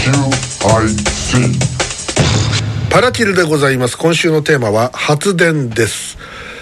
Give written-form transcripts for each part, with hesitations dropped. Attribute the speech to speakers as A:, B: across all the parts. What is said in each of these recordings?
A: パラキルでございます。今週のテーマは発電です。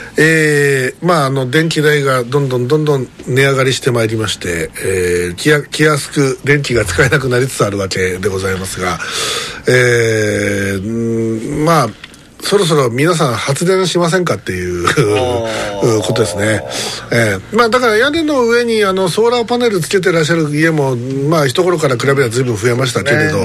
A: 電気代がどんどん値上がりしてまいりまして、気安く電気が使えなくなりつつあるわけでございますが、そろそろ皆さん発電しませんかっていうことですね。だから屋根の上にソーラーパネルつけてらっしゃる家も一頃から比べれば随分増えましたけれど、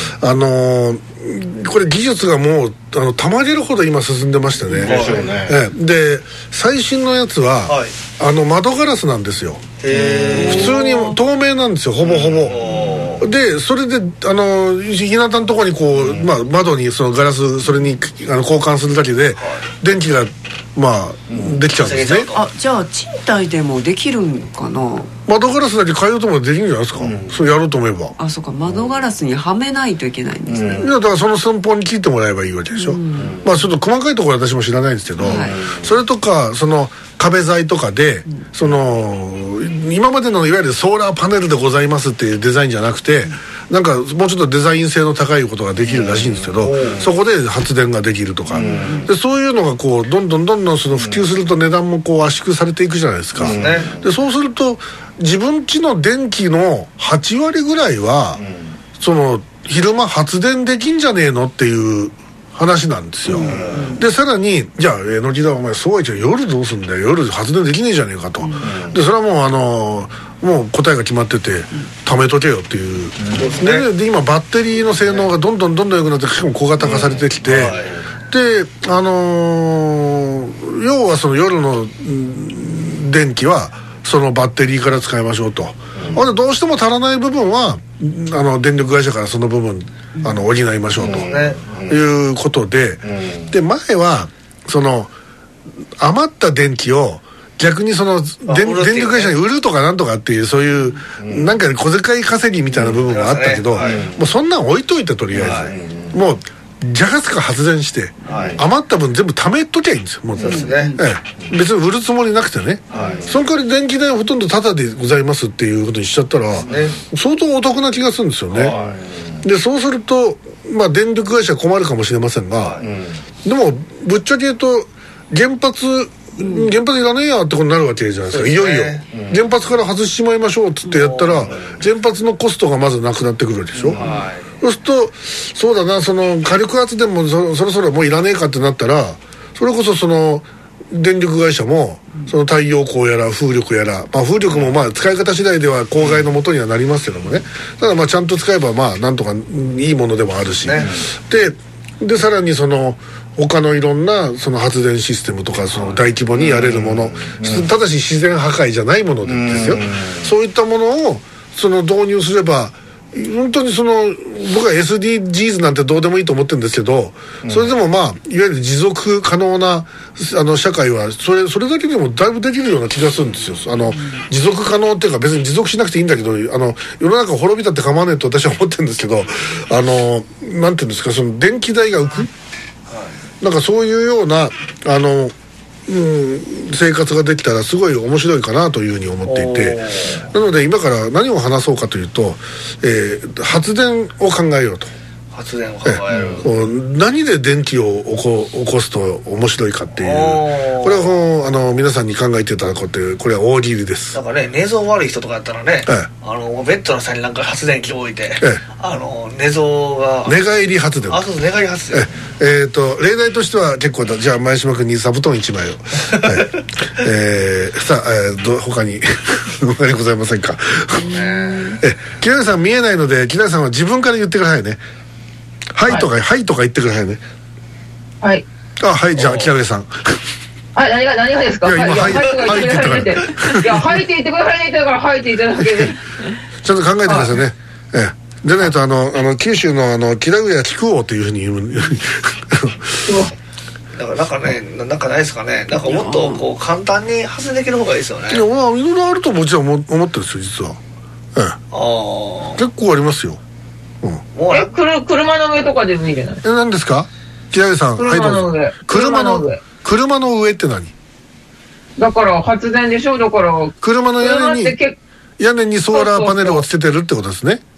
A: これ技術がもうたまげるほど今進んでましてね。で最新のやつは、窓ガラスなんですよ。普通に透明なんですよ、ほぼほぼ。でそれで日向のところにこう、窓にそのガラスそれに交換するだけで電気ができちゃうんですね。
B: じゃあ賃貸でもできるんかな。
A: 窓ガラスだけ変えようともできるんじゃないですか、そうやろうと思えば。そうか、
B: 窓ガラスにはめないといけないんですね。
A: いやだからその寸法に切ってもらえばいいわけでしょ。ちょっと細かいところは私も知らないんですけど、それとかその壁材とかで、今までのいわゆるソーラーパネルでございますっていうデザインじゃなくて、なんかもうちょっとデザイン性の高いことができるらしいんですけど、そこで発電ができるとか、でそういうのがこうどんどんその普及すると値段もこう圧縮されていくじゃないですか。でそうすると自分家の電気の8割ぐらいは、その昼間発電できんじゃねえのっていう話なんですよ。でさらにじゃあ榎田お前そうは言っちゃ夜どうすんだよ、夜発電できねえじゃねえかと。でそれはもう答えが決まってて、貯めとけよっていう、で今バッテリーの性能がどんどん良くなって、しかも小型化されてきて、で要はその夜の電気はそのバッテリーから使いましょうと。どうしても足らない部分は電力会社からその部分補いましょうということで、で前はその余った電気を逆にその電力会社に売るとかなんとかっていう、そういうなんか小遣い稼ぎみたいな部分があったけど、もうそんなん置いといて、とりあえずもうジャガスカ発電して、余った分全部貯めときゃいいんですよ。もう別に売るつもりなくてね、その代わり電気代はほとんどタダでございますっていうことにしちゃったら、相当お得な気がするんですよね。でそうすると電力会社は困るかもしれませんが、でもぶっちゃけ言うと原発いらねえやってことになるわけじゃないですか。いよいよ原発から外しちまいましょうっつってやったら、原発のコストがまずなくなってくるわけでしょ。そうするとそうだな、その火力発電もそろそろもういらねえかってなったら、それこそその電力会社もその太陽光やら風力やら、風力も使い方次第では公害のもとにはなりますけどもね、ただちゃんと使えばなんとかいいものでもあるし、でさらにその他のいろんなその発電システムとか、その大規模にやれるもの、ただし自然破壊じゃないものですよ。そういったものをその導入すれば、本当にその僕は SDGs なんてどうでもいいと思ってるんですけど、それでもいわゆる持続可能な社会はそれだけでもだいぶできるような気がするんですよ。持続可能っていうか、別に持続しなくていいんだけど、世の中滅びたって構わねえと私は思ってるんですけど、なんていうんですか、その電気代が浮く、なんかそういうような生活ができたらすごい面白いかなというふうに思っていて、なので今から何を話そうかというと、発電を考えようと。発電を考える、何で電気を起こすと面白いかっていう、これは皆さんに考えていただこうという、これは大喜利です。
C: なんかね、寝相悪い人とかやったらね、ベッドの下になんか発電機を置いて、寝相が
A: 寝返り発電、
C: そう寝返り発電、
A: 例題としては結構だ。じゃあ前島君に座布団1枚をさあ他に他にございませんか。木梨さん見えないので、木梨さんは自分から言ってくださいね。はいとか、はいとか言ってくださいね。はい。はい、じゃあ木梨さん。
D: 何がですか。
A: いや今はいって言ったから。
D: いやはいって言ってくださいねだからはいって言っただけで。
A: ちゃんと考えてくださいね。でないと九州の木田上木王っていうふうに言う。
C: だからなんかね、なんかないですかね。なんかもっとこう簡単に発電できる方がいいですよね。
A: いやいろいろあるともちろん思ってるんですよ実は。結構ありますよ。
D: 車の上とかでもいいじゃない。
A: 何ですか木田上さん。
D: 車の上。
A: 車の上って何？
D: だから発電でしょ。だから
A: 車の屋根にソーラーパネルをつけてるってことですね。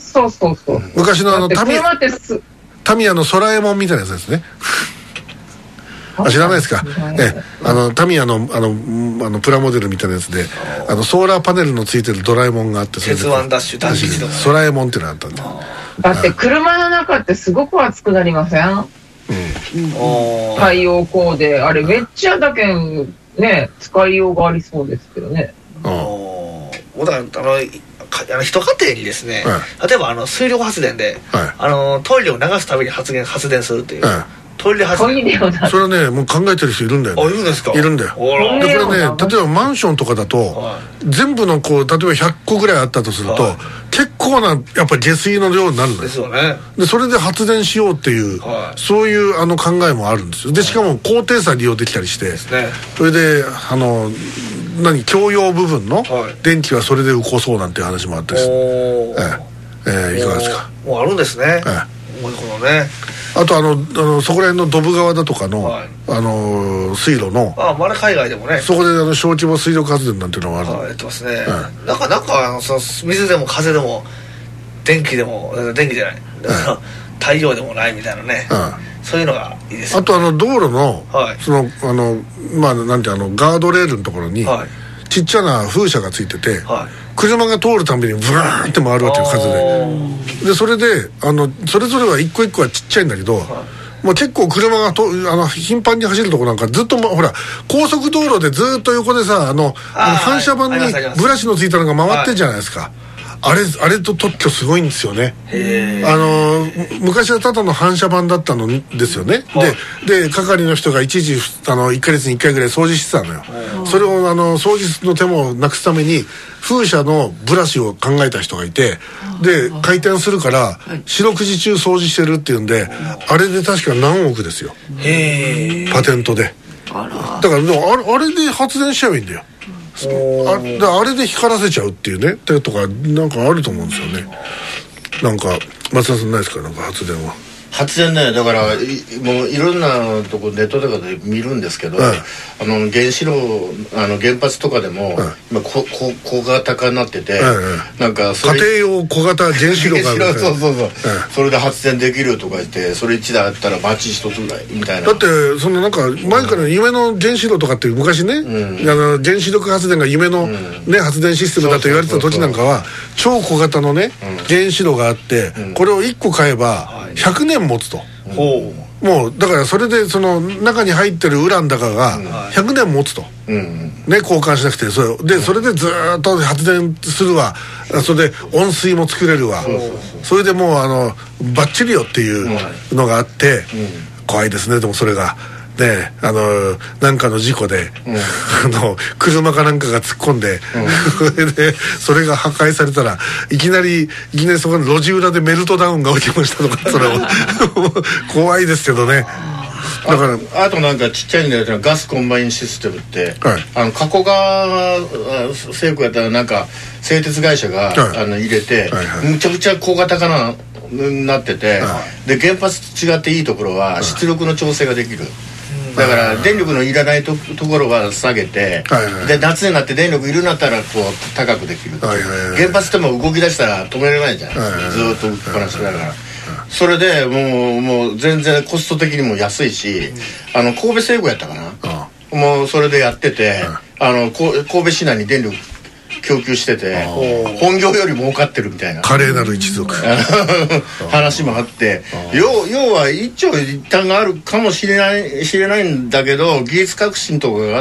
D: そうそうそう。
A: 昔の
D: タミ
A: ヤの空右衛門みたいなやつですね。知らないですか。タミヤのプラモデルみたいなやつでソーラーパネルのついてるドラえもんがあって、
C: 鉄腕ダッシュダッシュ
A: 空右衛門っていうのがあったんだ。
D: だって車の中ってすごく暑くなりません？太陽光であれめっちゃだけんね、使いようがありそうですけどね。
C: もうだから一家庭にですね、例えば水力発電でトイレを流すために発電するっていう。トイレ発電。
A: それはね、もう考えてる人いるんだよね。
C: いるんですか？
A: いるんだよ。でこれね、例えばマンションとかだと全部の例えば100個ぐらいあったとすると結構なやっぱり下水の量になるんです
C: よね。
A: でそれで発電しようっていうそういう考えもあるんですよ。でしかも高低差利用できたりして、それで共用部分の電気はそれで浮こそうなんていう話もあったりして、いかがですか？
C: もうあるんですね。もうこのね。
A: あとそこら辺のドブ川だとかの、水路の
C: まだ海外でもね、
A: そこで小規模水力発電なんていうのがある、
C: やってますね。なんか水でも風でも電気じゃない太陽でもないみたいなね、そういうのがいいですね。
A: あと道路のなんてガードレールのところにちっちゃな風車がついてて、車が通るたびにブワーンって回るわけよ、風で。でそれでそれぞれは一個一個はちっちゃいんだけど、結構車が頻繁に走るとこなんかずっとほら高速道路でずっと横でさ反射板にブラシのついたのが回ってるじゃないですか。あれと特許すごいんですよね。昔はただの反射板だったのですよね。で係の人が一時1ヶ月に1回ぐらい掃除してたのよ。それを掃除の手もなくすために風車のブラシを考えた人がいて、で回転するから四六時中掃除してるっていうんで、あれで確か何億ですよ、パテントで。だからあれで発電しちゃえばいいんだよ。あれで光らせちゃうっていうねとかなんかあると思うんですよね。なんか松田さんないですか？なんか発電は。
E: 発電ね、だからもういろんなとこネットとかで見るんですけど、原子炉原発とかでも今小型化になってて、なんか
A: 家庭用小型原子炉がある
E: そうそれで発電できるとか言って、それ1台あったらバチ1つぐらいみたいな。
A: だってなんか前から夢の原子炉とかって昔ね、原子力発電が夢のね発電システムだと言われてた時なんかは超小型のね原子炉があって、これを1個買えば100年持つと。もうだからそれで中に入ってるウランだかが100年持つと、交換しなくてそれでずっと発電するわ。それで温水も作れるわ。それでもうバッチリよっていうのがあって、怖いですね。でもそれがね、なんかの事故で、車かなんかが突っ込んで、でそれが破壊されたらいきなりそこの路地裏でメルトダウンが起きましたとか、それは怖いですけどね。だから
E: あとなんかちっちゃいんだよ、ガスコンバインシステムって、加古川製鋼やったらなんか製鉄会社が入れて、むちゃくちゃ小型化なってて、で原発と違っていいところは出力の調整ができる。だから電力のいらないところは下げて、で夏になって電力いるんだったら高くできる。原発っても動き出したら止められないじゃん、ずっと動きっぱなしだから。それでもう全然コスト的にも安いし、神戸製鋼やったかな、もうそれでやってて、神戸市内に電力供給してて、本業より儲かってるみたいな
A: 華麗なる一族
E: 話もあって、要は一長一短があるかもしれないんだけど、技術革新とかがあって、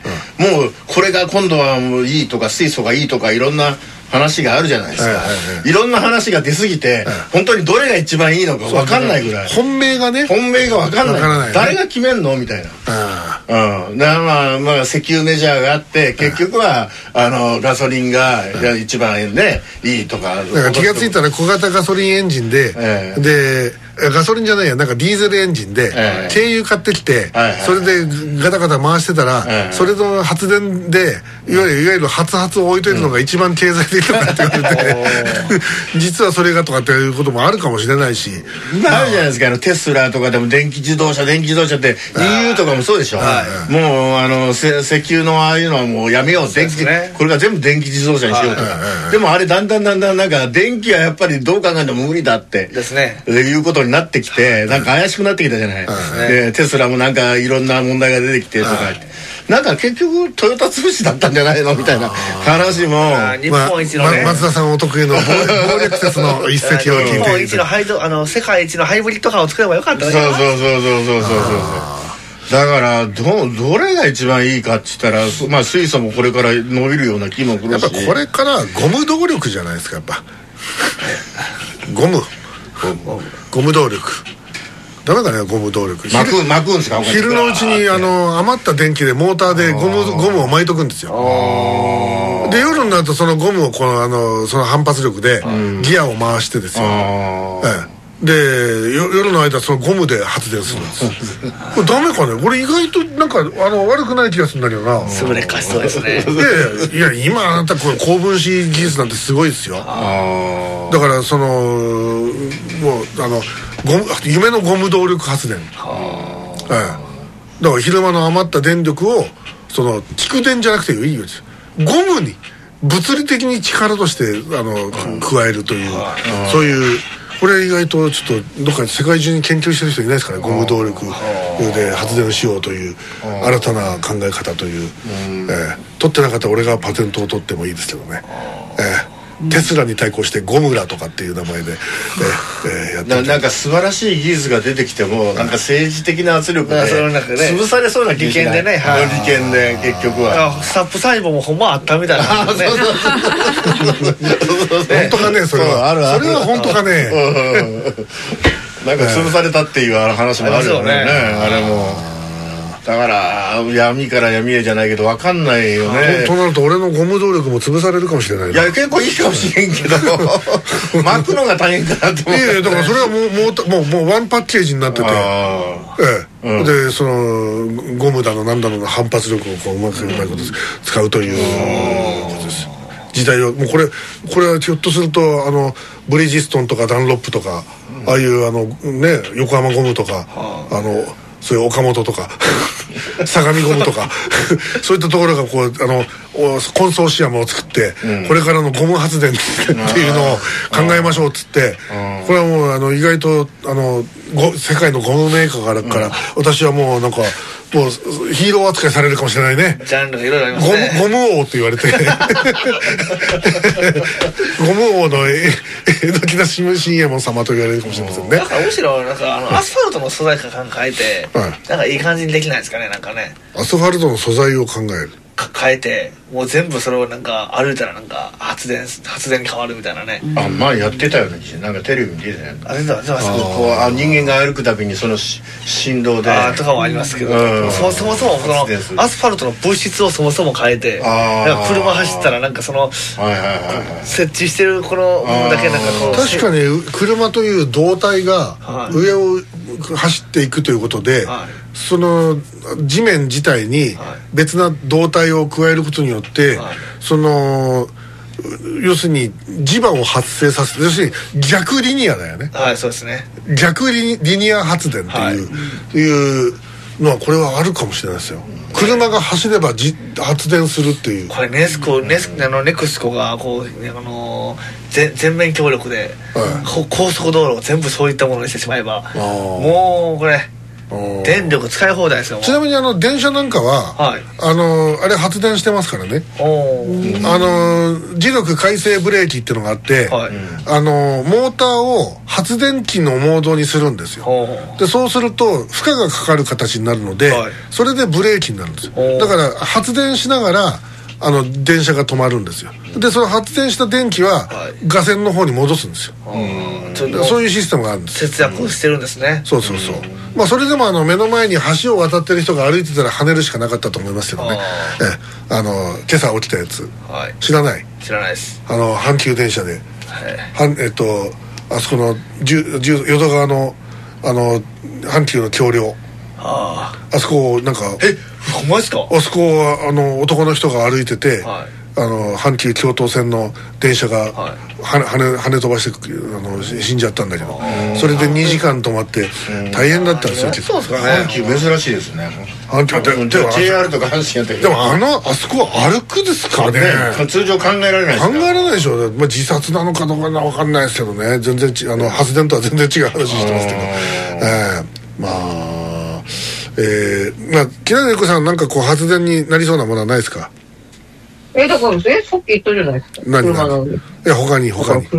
E: もうこれが今度はもういいとか水素がいいとかいろんな話があるじゃないですか。いろんな話が出すぎて、本当にどれが一番いいのか分かんないぐらい、
A: 本命が分
E: かんない、誰が決めんのみたいな。まあ石油メジャーがあって、結局はガソリンが一番ねいいとか。
A: だから気がついたら小型ガソリンエンジンでガソリンじゃないや、なんかディーゼルエンジンで軽油買ってきて、それでガタガタ回してたら、それの発電でいわゆる発を置いといるのが一番経済的とかって言われて、実はそれがとかっていうこともあるかもしれないし、
E: あるじゃないですか、テスラとかでも電気自動車って EU とかもそうでしょ。もう石油のああいうのはもうやめよう、これが全部電気自動車にしようとか。でもあれだんだんなんか電気はやっぱりどう考えても無理だって
C: ですね、
E: いうことになってきて、なんか怪しくなってきたじゃない。でテスラもなんかいろんな問題が出てきてとか、なんか結局トヨタ潰しだったんじゃないのみたいな話も、
C: 日本一のね、
A: 松田さんお得意の暴力説の一石を聞いて、
C: 日本一の世界一のハイブリッドカーを作ればよかったね。
E: そうだからどれが一番いいかって言ったら、まあ水素もこれから伸びるような気もするし、
A: やっぱこれからゴム動力じゃないですか。やっぱゴム動力ダメかね、ゴム動力
E: 巻くんですか。
A: 昼のうちに余った電気でモーターでゴムを巻いとくんですよ。で夜になるとそのゴムをその反発力でギアを回してですよ、で夜の間そのゴムで発電するんですこれダメかね。これ意外となんか悪くない気がするんだけどな。
C: 優れかしそうですね。
A: いや今あなたこれ高分子技術なんてすごいですよ。だからもう夢のゴム動力発電、だから昼間の余った電力を蓄電じゃなくていいよ、ゴムに物理的に力として加えるという、そういうこれ意外とちょっとどっか世界中に研究してる人いないですかね。ゴム動力で発電しようという新たな考え方という、取ってなかったら俺がパテントを取ってもいいですけどね。テスラに対抗してゴムラとかっていう名前で、やって
E: なんか素晴らしい技術が出てきても、なんか政治的な圧力で潰されそうな気がしない。
C: 利権でね、
E: 利権で結局は
C: スタップ細胞もほんまあったみたいな本
A: 当かね、それは本当かね。
E: なんか潰されたっていう話もあるよね、あれも。だから闇から闇へじゃないけど分かんないよね。
A: となると俺のゴム動力も潰されるかもしれない。
E: いや結構いいかもしれんけど巻くのが大変かなと思って。
A: いやだからそれはもうワンパッケージになってて、でそのゴムだのなんだの反発力をうまくこと使うということです。時代はもうこれはひょっとするとブリヂストンとかダンロップとか、ああいう横浜ゴムとかそういう岡本とか相模ゴムとかそういったところがコンソーシアムを作って、これからのゴム発電っていうのを考えましょうっつって、これはもう意外と世界のゴムメーカーから、私はもうなんかもうヒーロー扱いされるかもしれないね。
C: ジャンルがいろいろありますね。
A: ゴム王って言われてゴム王の木田新右衛門様と言われるかもしれませんね。
C: だからむしろアスファルトの素材から変えて、なんかいい感じにできないですかね。なんかね、
A: アスファルトの素材を考える、
C: 変えてもう全部それをなんか歩いたらなんか発電に変わるみたいなね。
E: まあやってたよね。なんかテレビに出てたよね。人間が歩くたびにその振動で
C: とかもありますけど、そもそもそのアスファルトの物質をそもそも変えて、なんか車走ったらなんかその設置してるこの部分だけなんか
A: 確かに車という導体が上を走っていくということで、その地面自体に別な導体を加えることによって、その要するに磁場を発生させて、要するに逆リニアだよね。
C: そうですね。
A: 逆リニア発電というのはこれはあるかもしれないですよ。車が走れば発電するっていう。これ
C: ネクスコが全面協力で、高速道路を全部そういったものにしてしまえば、もうこれ電力使い放題ですよ。
A: ちなみに電車なんかは、あれ発電してますからね。磁力回生ブレーキっていうのがあって、モーターを発電機のモードにするんですよ。でそうすると負荷がかかる形になるので、それでブレーキになるんですよ。だから発電しながら電車が止まるんですよ。でその発電した電気は架線の方に戻すんですよ。そういうシステムがあるんです。
C: 節約してるんですね。
A: そうまあそれでも目の前に橋を渡ってる人が歩いてたら跳ねるしかなかったと思いますけどね。今朝起きたやつ、知らない？
C: 知らないです。
A: 阪急電車で、あそこの淀川の阪急の橋梁、あそこなんか
C: ほんまですか？
A: あそこは男の人が歩いてて、阪急京都線の電車が跳ね飛ばして死んじゃったんだけど、それで2時間止まって大変だったんですよ。
E: そうですかね。阪急珍しいですね。
A: 阪急
E: でも JR とか阪神やったけど、
A: でもあそこは歩くですかね。
E: 通常考えられないですか。
A: 考えられないでしょ。自殺なのかどうか分かんないですけどね。全然発電とは全然違う話してますけど、木南猫さんなんかこう発電になりそうなものはないですか？
D: だからさっき言ったじゃないですか。
A: 何他に他に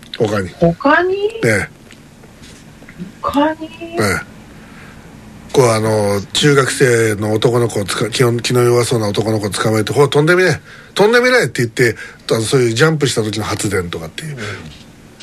A: こう中学生の男の子を気の弱そうな男の子を捕まえて、ほら飛んでみれって言って、そういうジャンプした時の発電とかっていう、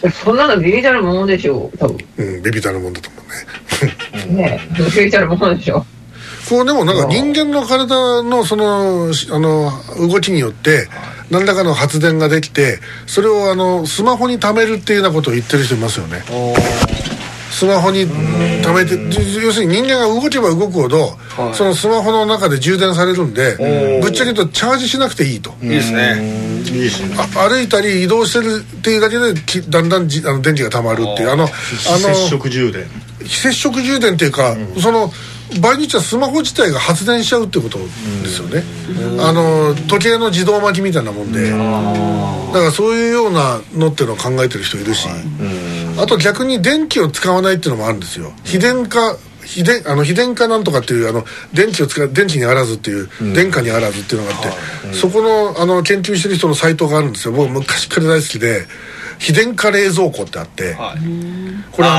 D: そんなのビビたるものでしょう、多分。
A: ビビたるもんだと思うね。
D: ねえ、ビビたるものでしょう。
A: こうでもなんか人間の体のその動きによって何らかの発電ができて、それをスマホに貯めるっていうようなことを言ってる人いますよね。スマホに貯めて、要するに人間が動けば動くほど、そのスマホの中で充電されるんで、ぶっちゃけ言うとチャージしなくていいと。
C: いいですね。
A: 歩いたり移動してるっていうだけでだんだん電池が溜まるっていう、
E: 非接触充電。
A: 非接触充電っていうか、場合によってはスマホ自体が発電しちゃうってことですよね。時計の自動巻きみたいなもんで、だからそういうようなのっていうのを考えてる人いるし、あと逆に電気を使わないっていうのもあるんですよ。非電化なんとかっていう電気にあらずっていう電化にあらずっていうのがあって、そこの研究してる人のサイトがあるんですよ。僕昔から大好きで、非電化冷蔵庫ってあって、これ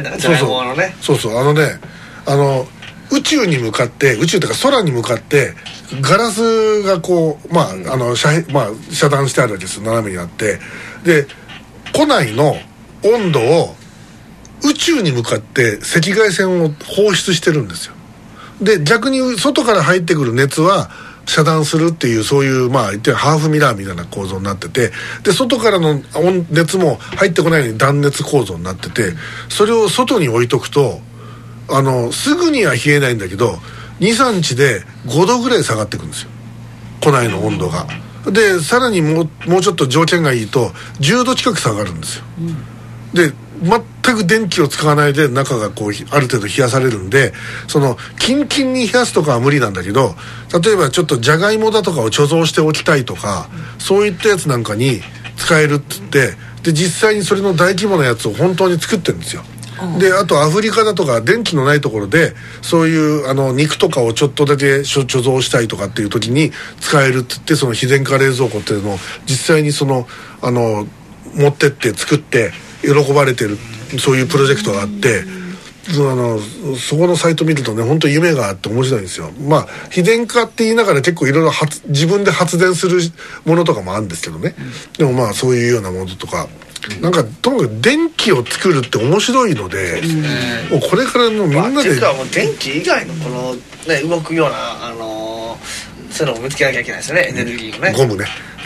A: 宇宙に向かって、宇宙というか空に向かってガラスがこう遮断してあるわけです。斜めにあって、で庫内の温度を宇宙に向かって赤外線を放出してるんですよ。で逆に外から入ってくる熱は遮断するっていう、そういう言ってハーフミラーみたいな構造になってて、で外からの熱も入ってこないように断熱構造になってて、それを外に置いとくとすぐには冷えないんだけど 2,3 日で5度ぐらい下がってくるんですよ、庫内の温度が。でさらにもうちょっと条件がいいと10度近く下がるんですよ。で全く電気を使わないで中がこうある程度冷やされるんで、キンキンに冷やすとかは無理なんだけど、例えばちょっとじゃがいもだとかを貯蔵しておきたいとか、そういったやつなんかに使えるって言って、で実際にそれの大規模なやつを本当に作ってるんですよ。であとアフリカだとか電気のないところでそういう肉とかをちょっとだけ貯蔵したいとかっていう時に使えるって言って、その非電化冷蔵庫っていうのを実際に持ってって作って喜ばれてる、そういうプロジェクトがあって、そこのサイト見るとね、本当に夢があって面白いんですよ。非電化って言いながら結構いろいろ自分で発電するものとかもあるんですけどね。でもそういうようなものとか、なんかともかく電気を作るって面白いので、もうこれからのみんなで、
C: 実はもう電気以外のこのね動くようなそういうのを見つけなきゃいけないですよね、エネルギーをね。
A: ゴムで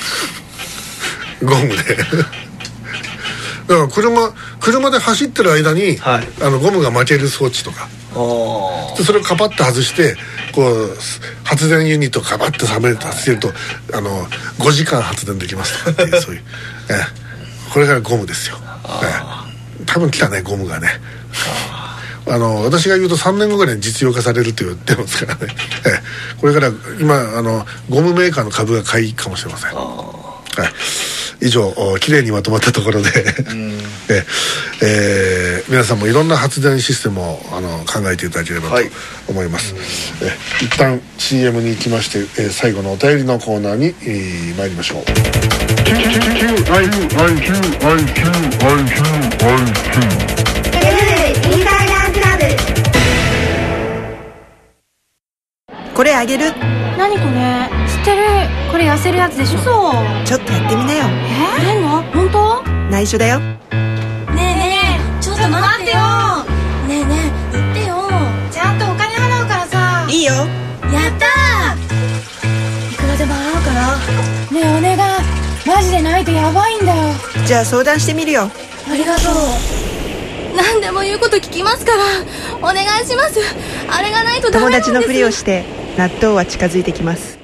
A: だから車で走ってる間に、ゴムが負ける装置とか、でそれをカパッと外してこう発電ユニットをカパッと外してると5時間発電できますとかっていうそういうこれからゴムですよ。多分来たね、ゴムがね。私が言うと3年後ぐらいに実用化されるって言ってますからね。これから今ゴムメーカーの株が買いかもしれません。以上きれいにまとまったところで皆さんもいろんな発電システムを考えていただければと思います。一旦 CM に行きまして、最後のお便りのコーナーに参りましょう。
F: これあげる。
G: 何これ？知ってる。これ痩せるやつでしょ。そう。
F: ちょっとやってみなよ。
G: 出んの？本当？
F: 内緒だよ。
G: ねえねえ、ちょっと待ってよ。ねえねえ、言ってよ。ちゃんとお金払うからさ。
F: いいよ。
G: やったー。いくらでも払うから。ねえお願い。マジでないとやばいんだよ。
F: じゃあ相談してみるよ。
G: ありがとう。ね何でも言うこと聞きますからお願いします。あれがないとダメなんです。
F: 友達のふりをして納豆は近づいてきます。